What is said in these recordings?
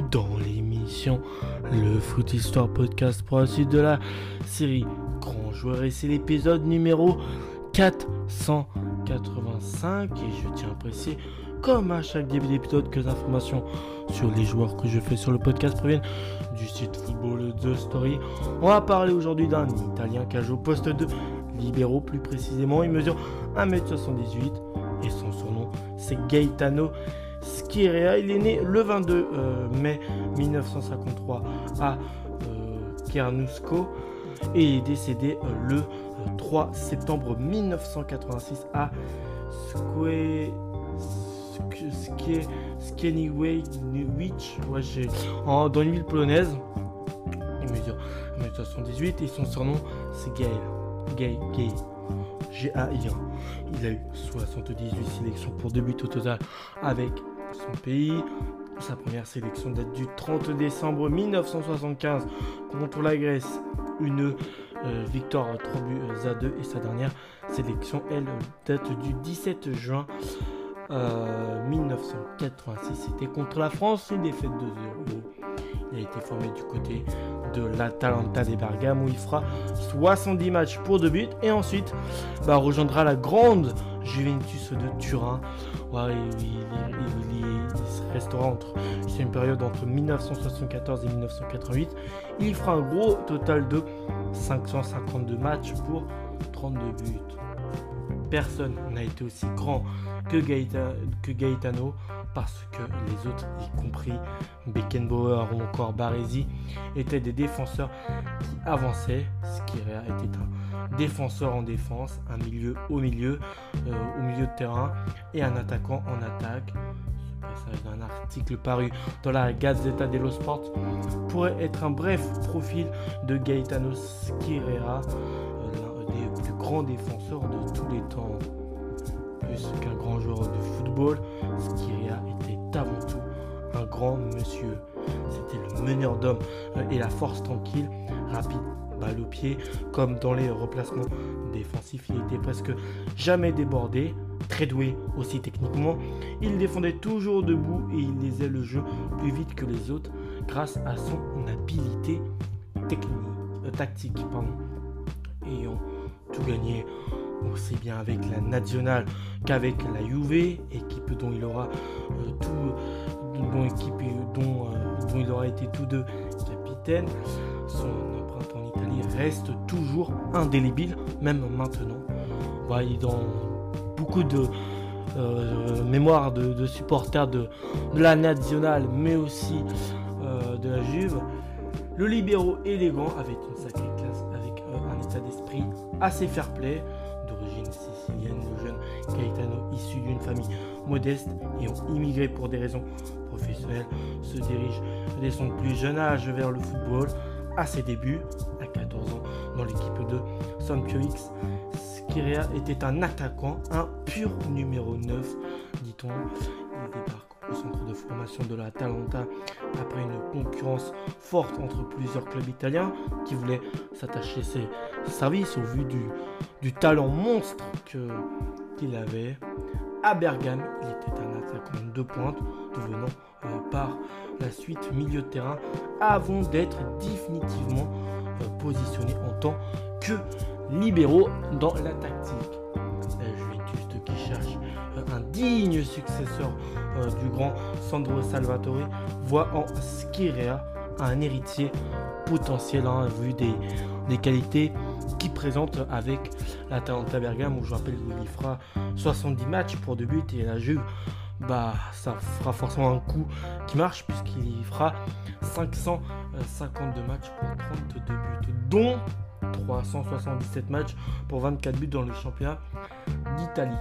dans l'émission Le Foot Histoire Podcast pour la suite de la série Grand Joueur, et c'est l'épisode numéro 485 et je tiens à préciser, comme à chaque début d'épisode, que les informations sur les joueurs que je fais sur le podcast proviennent du site Football The Story. On va parler aujourd'hui d'un Italien qui a joué au poste de libero, plus précisément. Il mesure 1m78 et son surnom c'est Gaetano Scirea. Il est né le 22 mai 1953 à Cernusco et il est décédé le 3 septembre 1986 à Skierniewice, dans une ville polonaise. Il mesure 1m78 et son surnom c'est Gaël. G-A-I-L. Il a eu 78 sélections pour 2 buts au total avec son pays. Sa première sélection date du 30 décembre 1975 contre la Grèce. Une victoire 3 buts à 2, et sa dernière sélection, elle, date du 17 juin 1986. C'était contre la France, une défaite de 2-0. Il a été formé du côté de l'Atalanta de Bergame où il fera 70 matchs pour 2 buts et ensuite rejoindra la grande Juventus de Turin. Il restera sur une période entre 1974 et 1988. Il fera un gros total de 552 matchs pour 32 buts. Personne n'a été aussi grand que Gaetano, parce que les autres, y compris Beckenbauer ou encore Baresi, étaient des défenseurs qui avançaient. Scirea était un défenseur en défense, un milieu au milieu de terrain et un attaquant en attaque. Ce passage d'un article paru dans la Gazzetta dello Sport pourrait être un bref profil de Gaetano Scirea, l'un des plus grands défenseurs de tous les temps. Plus qu'un grand joueur de football, Scirea était avant tout un grand monsieur. C'était le meneur d'hommes et la force tranquille, rapide, balle au pied, comme dans les replacements défensifs. Il était presque jamais débordé, très doué aussi techniquement. Il défendait toujours debout et il lisait le jeu plus vite que les autres grâce à son habileté tactique. Ayant tout gagné aussi bien avec la Nationale qu'avec la Juve, équipe dont il aura dont il aura été tous deux capitaine. Son empreinte en Italie reste toujours indélébile, même maintenant. Il est dans beaucoup de mémoire de supporters de la Nationale, mais aussi de la Juve. Le libéro élégant avec une sacrée classe, avec un état d'esprit assez fair-play. D'origine sicilienne, le jeune Gaetano, issu d'une famille modeste et ont immigré pour des raisons professionnelles, se dirige dès son plus jeune âge vers le football. À ses débuts, à 14 ans, dans l'équipe de Sampdoria, Scirea était un attaquant, un pur numéro 9, dit-on. Il débarque au centre de formation de l'Atalanta après une concurrence forte entre plusieurs clubs italiens qui voulaient s'attacher ses services au vu du talent monstre qu'il avait. À Bergame, il était un attaquant de pointe, devenant par la suite milieu de terrain avant d'être définitivement positionné en tant que libéro dans la tactique. La Juventus qui cherche un digne successeur du grand Sandro Salvatore voit en Scirea un héritier potentiel, vu des qualités qu'il présente avec l'Atalanta Bergame, où je rappelle qu'il fera 70 matchs pour 2 buts, et la Juve, ça fera forcément un coup qui marche puisqu'il fera 552 matchs pour 32 buts, dont 377 matchs pour 24 buts dans le championnat d'Italie.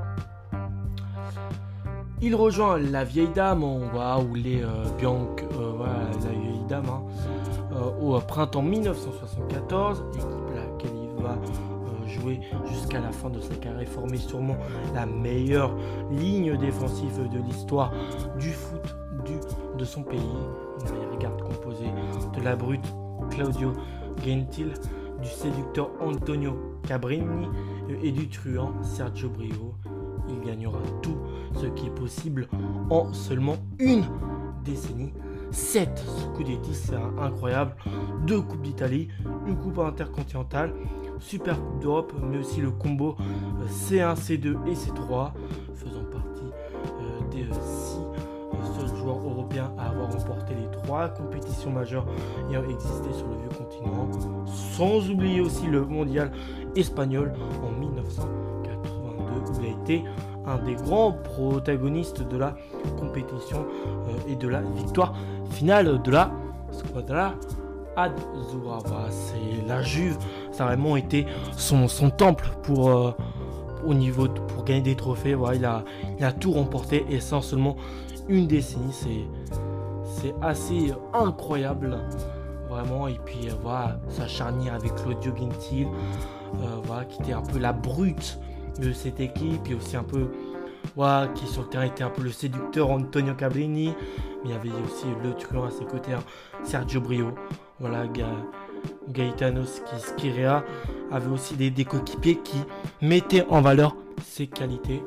Il rejoint la vieille dame, la vieille dame, au printemps 1974, équipe laquelle il va jouer jusqu'à la fin de sa carrière, former sûrement la meilleure ligne défensive de l'histoire du foot de son pays. Une arrière-garde composée de la brute Claudio Gentile, du séducteur Antonio Cabrini et du truand Sergio Brio. Il gagnera tout ce qui est possible en seulement une décennie. 7 Scudetti, c'est incroyable, 2 Coupes d'Italie, une Coupe intercontinentale, Super Coupe d'Europe, mais aussi le combo C1, C2 et C3, faisant partie des 6 seuls joueurs européens à avoir remporté les 3 compétitions majeures ayant existé sur le vieux continent, sans oublier aussi le mondial espagnol en 1982 où il a été un des grands protagonistes de la compétition et de la victoire finale de la Squadra Azzurra. Voilà, c'est la Juve, ça a vraiment été son temple pour gagner des trophées. Voilà, il a tout remporté et sans seulement une décennie, c'est assez incroyable vraiment. Et puis voilà, sa charnière avec Claudio Gentile, voilà, qui était un peu la brute de cette équipe, et aussi un peu qui sur le terrain était un peu le séducteur Antonio Cabrini, mais il y avait aussi le truand à ses côtés, Sergio Brio. Voilà, Gaetano Scirea avait aussi des coéquipiers qui mettaient en valeur ses qualités.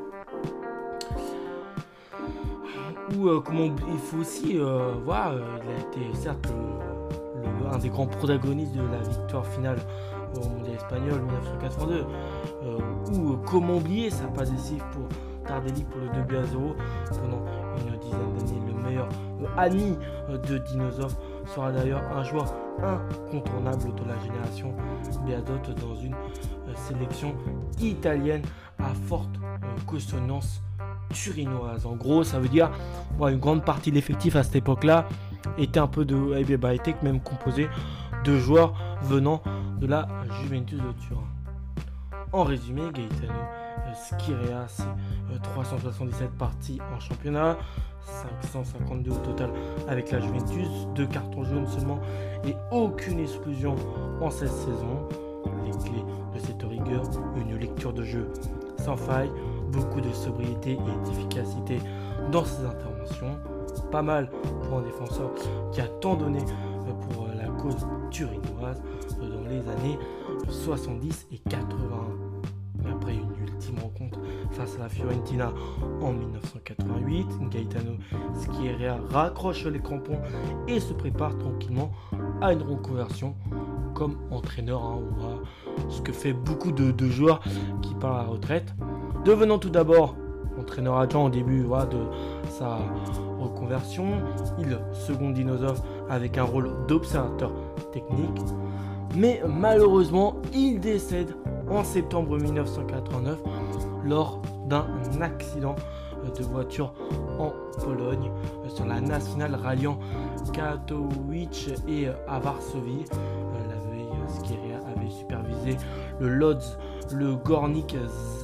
Il faut aussi voir, il a été certes un des grands protagonistes de la victoire finale au mondial espagnol 1982, comment oublier sa passe décisive pour Tardelli pour le 2-0 pendant une dizaine d'années. Le meilleur ami de Dinosaur sera d'ailleurs un joueur incontournable de la génération Beadotte dans une sélection italienne à forte consonance turinoise. En gros, ça veut dire une grande partie de l'effectif à cette époque-là était était même composé de joueurs venant de la Juventus de Turin. En résumé, Gaetano Scirea, c'est 377 parties en championnat, 552 au total avec la Juventus, 2 cartons jaunes seulement et aucune exclusion en 16 saisons. Les clés de cette rigueur, une lecture de jeu sans faille, beaucoup de sobriété et d'efficacité dans ses interventions. Pas mal pour un défenseur qui a tant donné pour la cause turinoise dans les années 70 et 80. Mais après une ultime rencontre face à la Fiorentina en 1988, Gaetano Scirea raccroche les crampons et se prépare tranquillement à une reconversion comme entraîneur, ce que fait beaucoup de joueurs qui partent à la retraite, devenant tout d'abord entraîneur adjoint au début de sa reconversion. Il seconde Dinosaur avec un rôle d'observateur technique, mais malheureusement il décède en septembre 1989 lors d'un accident de voiture en Pologne sur la nationale ralliant Katowice et à Varsovie. La veille, Scirea avait supervisé le Lodz, le Górnik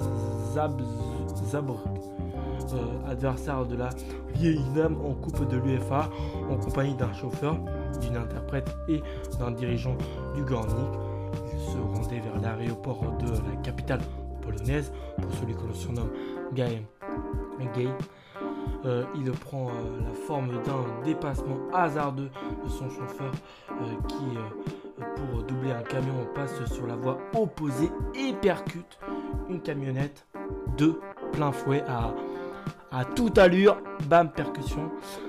Zabrze, adversaire de la vieille dame en coupe de l'UEFA, en compagnie d'un chauffeur, d'une interprète et d'un dirigeant du Górnik. Il se rendait vers l'aéroport de la capitale polonaise pour celui que l'on surnomme Gay. Il prend la forme d'un dépassement hasardeux de son chauffeur qui, pour doubler un camion, passe sur la voie opposée et percute une camionnette de plein fouet à toute allure. Bam, percussion.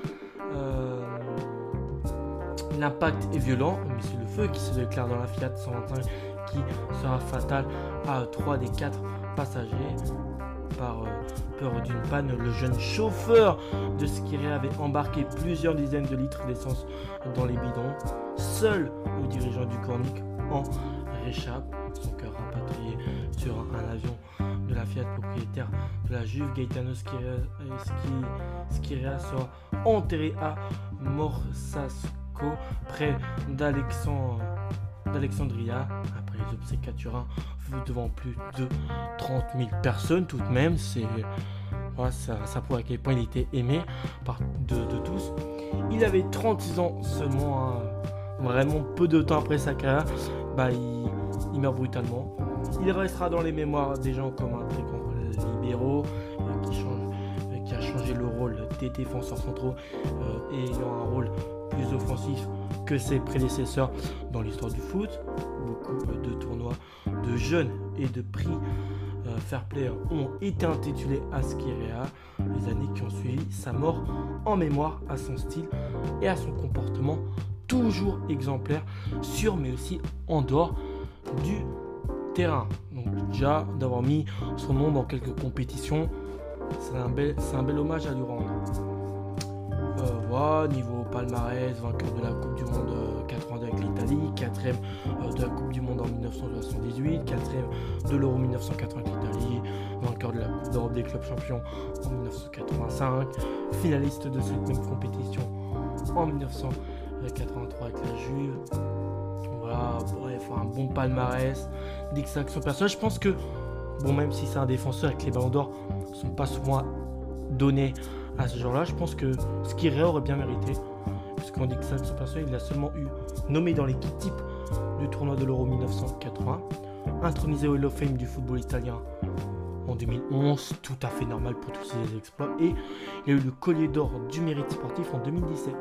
L'impact est violent, mais c'est le feu qui se déclare dans la Fiat 125 qui sera fatal à 3 des 4 passagers. Par peur d'une panne, le jeune chauffeur de Scirea avait embarqué plusieurs dizaines de litres d'essence dans les bidons. Seul le dirigeant du Górnik en réchappe, son cœur rapatrié sur un avion de la Fiat propriétaire de la Juve. Gaetano Scirea sera enterré à Morsasco, près d'Alexandria, après les obsèques à Turin, devant plus de 30 000 personnes tout de même. Ça prouve à quel point il était aimé de tous. Il avait 36 ans seulement, vraiment peu de temps après sa carrière, il meurt brutalement. Il restera dans les mémoires des gens comme un très grand libéraux qui a changé le rôle des défenseurs centraux et ayant un rôle plus offensif que ses prédécesseurs dans l'histoire du foot. Beaucoup de tournois de jeunes et de prix fair play ont été intitulés à Scirea, les années qui ont suivi sa mort, en mémoire à son style et à son comportement toujours exemplaire sur mais aussi en dehors du terrain. Donc déjà d'avoir mis son nom dans quelques compétitions, c'est un bel hommage à lui rendre. Voilà, niveau palmarès, vainqueur de la Coupe du Monde 82 avec l'Italie, 4ème de la Coupe du Monde en 1978, 4ème de l'Euro 1980 avec l'Italie, vainqueur de la Coupe d'Europe des clubs champions en 1985, finaliste de cette même compétition en 1983 avec la Juve. Voilà, bref, un bon palmarès, d'extraction personnelle. Je pense que, bon, même si c'est un défenseur et que les ballons d'or ne sont pas souvent donnés à ce genre-là, je pense que Scirea aurait bien mérité. Puisqu'on dit que son personnel, il a seulement eu nommé dans l'équipe type du tournoi de l'Euro 1980, intronisé au Hall of Fame du football italien en 2011, tout à fait normal pour tous ses exploits, et il a eu le collier d'or du mérite sportif en 2017.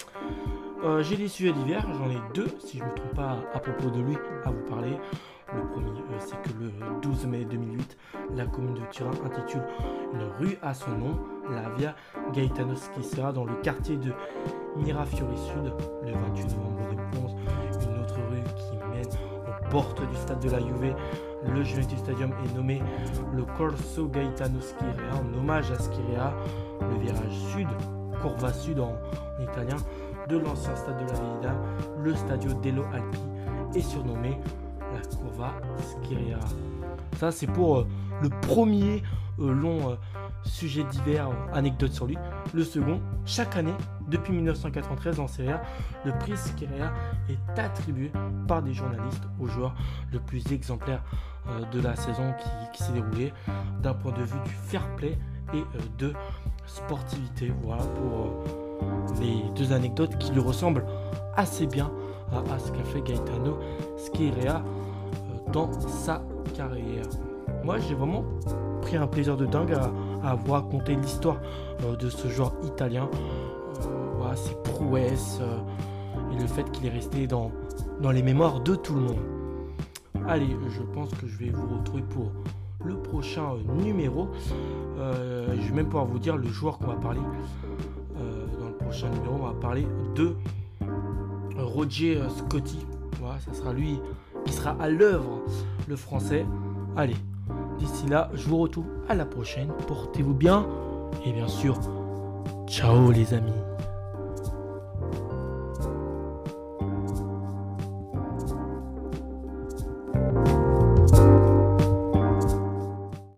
J'ai des sujets divers, j'en ai deux, si je ne me trompe pas, à propos de lui, à vous parler. Le premier, c'est que le 12 mai 2008, la commune de Turin intitule une rue à son nom, la Via Gaetano Scirea, dans le quartier de Mirafiori Sud, le 28 novembre 2011. Une autre rue qui mène aux portes du stade de la Juve, le Juventus Stadium, est nommé le Corso Gaetano Scirea, en hommage à Scirea. Le virage sud, Curva Sud en italien, de l'ancien stade de la Verità, le Stadio dello Alpi, est surnommé la Curva Scirea. Ça, c'est pour le premier long sujet divers, anecdote sur lui. Le second, chaque année, depuis 1993 en Serie A, le prix Scirea est attribué par des journalistes au joueur le plus exemplaire de la saison qui s'est déroulée d'un point de vue du fair play et de sportivité. Voilà pour les deux anecdotes qui lui ressemblent assez bien à ce qu'a fait Gaetano Scirea dans sa carrière. Moi, j'ai vraiment pris un plaisir de dingue à vous raconter l'histoire de ce joueur italien, voilà, ses prouesses et le fait qu'il est resté dans les mémoires de tout le monde. Allez, je pense que je vais vous retrouver pour le prochain numéro. Je vais même pouvoir vous dire le joueur qu'on va parler dans le prochain numéro. On va parler de Roger Scotti. Voilà, ça sera lui qui sera à l'œuvre, le français. Allez, d'ici là, je vous retrouve à la prochaine. Portez-vous bien et bien sûr, ciao les amis.